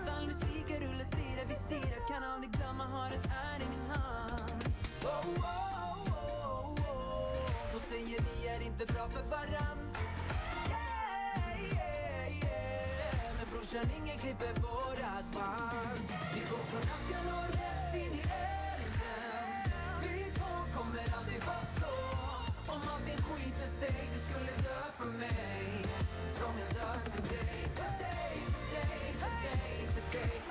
Att aldrig svika, rulla sida vid sida. Kan aldrig glömma, har ett är i min hand. Oh, oh, oh, oh. Då säger vi är inte bra för varann. Brorsan, ingen klipper vårat band. Vi går från askan och rätt in i elden. Vi två kommer alltid vara så. Om allting skiter sig, det skulle dö för mig som jag dör för dig. För dig, för dig, för dig, för dig.